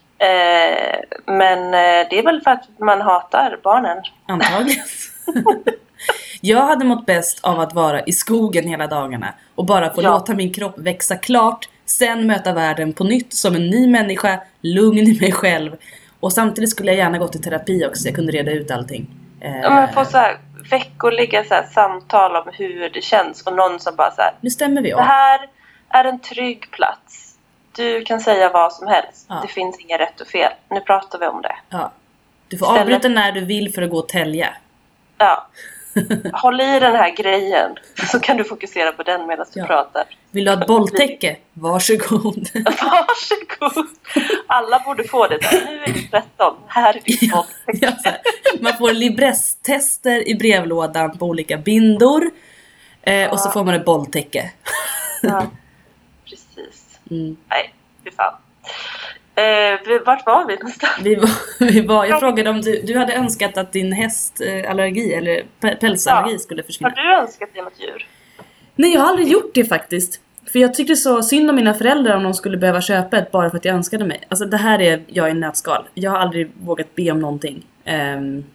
Men det är väl för att man hatar barnen. Antagligen. Jag hade mått bäst av att vara i skogen hela dagarna och bara få låta min kropp växa klart, sen möta världen på nytt som en ny människa, lugn i mig själv. Och samtidigt skulle jag gärna gå till terapi också, jag kunde reda ut allting. Ja, men få så här veckoliga så här samtal om hur det känns och någon som bara så här, nu stämmer vi av. Det här är en trygg plats. Du kan säga vad som helst. Ja. Det finns inga rätt och fel. Nu pratar vi om det. Ja. Du får avbryta när du vill för att gå och tälja. Ja. Håll i den här grejen. Så kan du fokusera på den medan du pratar. Vill du ha ett bolltäcke? Varsågod. Varsågod. Alla borde få det. Nu är det 13. Här är ditt bolltäcke. Man får libresstester i brevlådan på olika bindor. Och så får man ett bolltäcke. Ja, precis. Nej, fy fan. Vart var vi någonstans? Jag frågade om du hade önskat att din hästallergi eller pälsallergi skulle försvinna. Har du önskat dig något djur? Nej, jag har aldrig gjort det faktiskt. För jag tyckte så synd om mina föräldrar om de skulle behöva köpa ett bara för att jag önskade mig. Alltså det här är jag i nötskal. Jag har aldrig vågat be om någonting.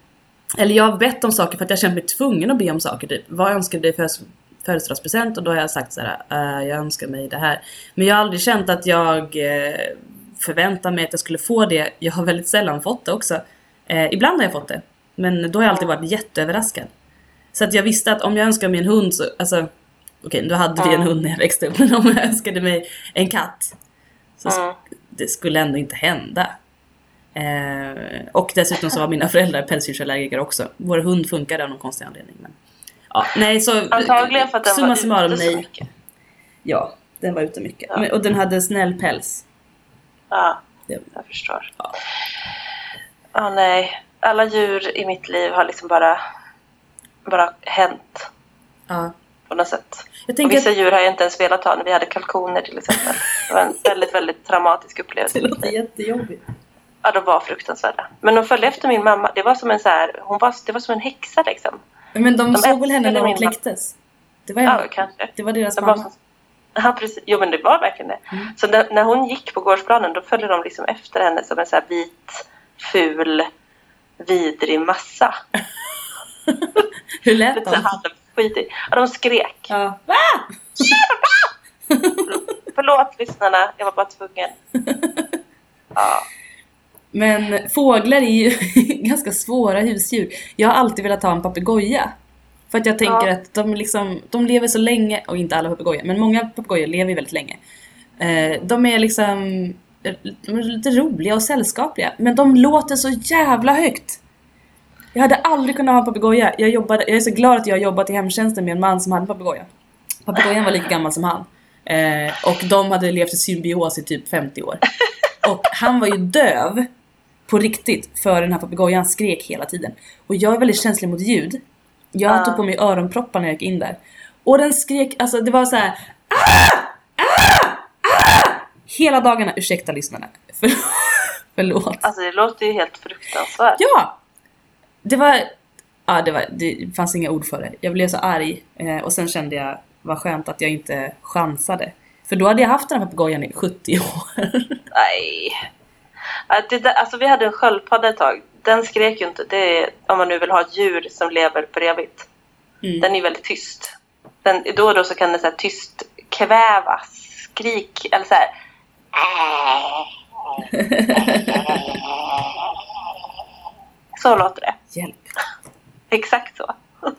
Eller jag har bett om saker för att jag känt mig tvungen att be om saker. Typ, vad önskar du för födelsedagspresent? Och då har jag sagt så här, jag önskar mig det här. Men jag har aldrig känt att jag förväntar mig att jag skulle få det. Jag har väldigt sällan fått det också. Ibland har jag fått det. Men då har jag alltid varit jätteöverraskad. Så att jag visste att om jag önskar mig en hund så... Alltså, okej, då hade vi en hund när jag växte upp. Men om jag önskade mig en katt så det skulle ändå inte hända. Och dessutom så var mina föräldrar pälsdjursallergiker också. Vår hund funkade av någon konstig anledning. Men, ja, nej, så antagligen för att den var summarum, ute så mycket. Ja, den var ute mycket. Ja. Men, och den hade snäll päls. Ja, Det- jag förstår. Ja. Nej. Alla djur i mitt liv har liksom bara hänt Ja. på något sätt. Jag Och tänker vissa att djur har jag inte ens velat ha när vi hade kalkoner till exempel. Det var en väldigt, väldigt traumatisk upplevelse. det låter jättejobbigt. Ja, de var fruktansvärda. Men de följde efter min mamma. Det var som en så här, det var som en häxa liksom. Men de såg väl henne älskade när de min mamma. kläcktes? Det var, Ja, kanske. det var deras De var mamma. Ja, precis. Jo, men det var verkligen det. Så när hon gick på gårdsplanen, då följde de liksom efter henne som en så här vit, ful, vidrig massa. Hur lät Lite de? så halvskitig. Ja, de skrek. Ja. Va? Förlåt lyssnarna, jag var bara tvungen. Ja. Men fåglar är ju ganska svåra husdjur. Jag har alltid velat ha en papegoja. För att jag tänker att de lever så länge. Och inte alla papegojor, men många papegojor lever ju väldigt länge. De är lite roliga och sällskapliga. Men de låter så jävla högt. Jag hade aldrig kunnat ha en papegoja. Jag är så glad att jag har jobbat i hemtjänsten med en man som hade en papegoja. Papegojan var lika gammal som han. Och de hade levt i symbios i typ 50 år. Och han var ju döv på riktigt, för den här papegojan skrek hela tiden. Och jag är väldigt känslig mot ljud. Jag tog på mig öronproppar när jag gick in där. Och den skrek, alltså det var så här. Hela dagarna, ursäkta lyssnarna. Förlåt. Alltså det låter ju helt fruktansvärt. Ja! Det fanns inga ord för det. Jag blev så arg. Och sen kände jag, vad skönt att jag inte chansade. För då hade jag haft den här papegojan i 70 år. Nej. Alltså vi hade en sköldpadda ett tag. Den skrek ju inte. Det är, om man nu vill ha ett djur som lever för evigt. Den är väldigt tyst. Då och då så kan den så här tyst kväva skrik. Eller så här. Så låter det. Hjälp. Exakt så.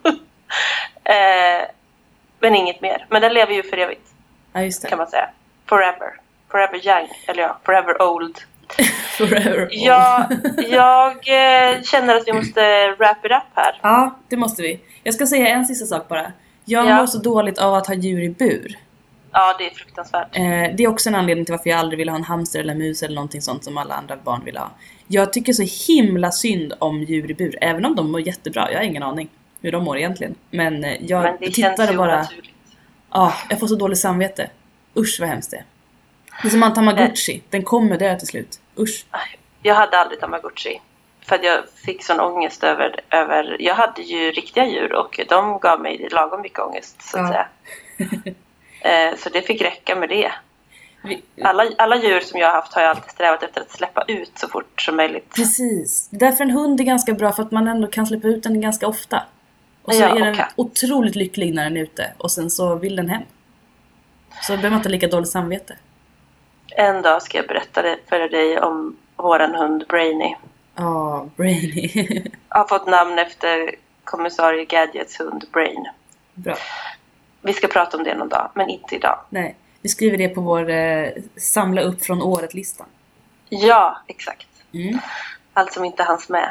Men inget mer. Men den lever ju för evigt. Ja, just det. Kan man säga. Forever. Forever young. Eller ja, forever old. Forever. Jag känner att vi måste wrap it up här. Ja, det måste vi. Jag ska säga en sista sak bara. Jag mår så dåligt av att ha djur i bur. Ja, det är fruktansvärt. Det är också en anledning till varför jag aldrig vill ha en hamster eller mus eller någonting sånt som alla andra barn vill ha. Jag tycker så himla synd om djur i bur. Även om de mår jättebra. Jag har ingen aning hur de mår egentligen. Men jag det tittar känns ju bara... naturligt. Ja, jag får så dåligt samvete. Usch vad hemskt det är. Det är som en tamagotchi. Den kommer dö till slut. Usch. Jag hade aldrig tamagotchi. För att jag fick sån ångest över... Jag hade ju riktiga djur och de gav mig lagom mycket ångest, så att säga. Så det fick räcka med det. Alla djur som jag har haft har jag alltid strävat efter att släppa ut så fort som möjligt. Precis. Därför en hund är ganska bra, för att man ändå kan släppa ut den ganska ofta. Och så är den otroligt lycklig när den är ute. Och sen så vill den hem. Så behöver man inte lika dåligt samvete. En dag ska jag berätta det för dig om våran hund Brainy. Brainy. Jag har fått namn efter kommissarie Gadgets hund Brain. Bra. Vi ska prata om det någon dag, men inte idag. Nej, vi skriver det på vår samla upp från året-listan. Ja, exakt. Allt som inte hanns med.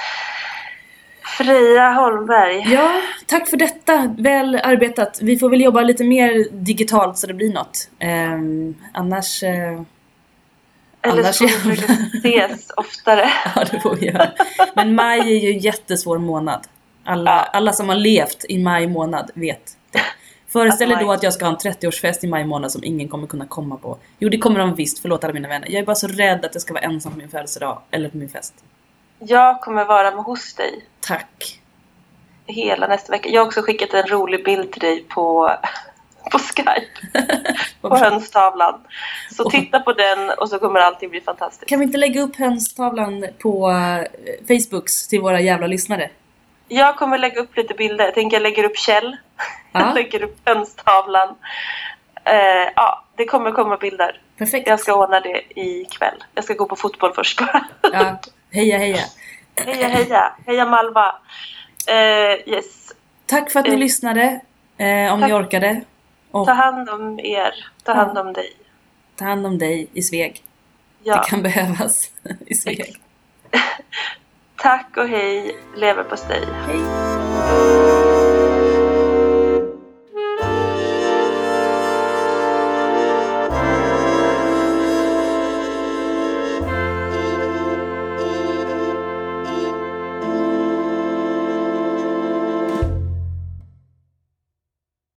Freja Holmberg. Ja, tack för detta. Väl arbetat. Vi får väl jobba lite mer digitalt så det blir något. Annars... Eller så får vi ses oftare. Ja, det får vi göra. Men maj är ju en jättesvår månad. Alla som har levt i maj månad vet det. Föreställ dig då att jag ska ha en 30-årsfest i maj månad som ingen kommer kunna komma på. Jo, det kommer de visst, förlåt alla mina vänner. Jag är bara så rädd att jag ska vara ensam på min födelsedag eller på min fest. Jag kommer vara med hos dig. Tack. Hela nästa vecka. Jag har också skickat en rolig bild till dig på Skype. På hönstavlan. Så titta på den och så kommer allting bli fantastiskt. Kan vi inte lägga upp hönstavlan på Facebooks till våra jävla lyssnare? Jag kommer lägga upp lite bilder. Jag tänker jag lägger upp Kjell. Jag lägger upp fönstavlan. Det kommer komma bilder. Perfekt. Jag ska ordna det ikväll. Jag ska gå på fotboll först bara. Ja, heja. Heja Malva. Yes. Tack för att ni lyssnade. Om ni orkade. Och ta hand om er. Ta hand om dig. Ta hand om dig i Sveg. Ja. Det kan behövas i Sveg. Tack och hej. Lever på steg. Hej.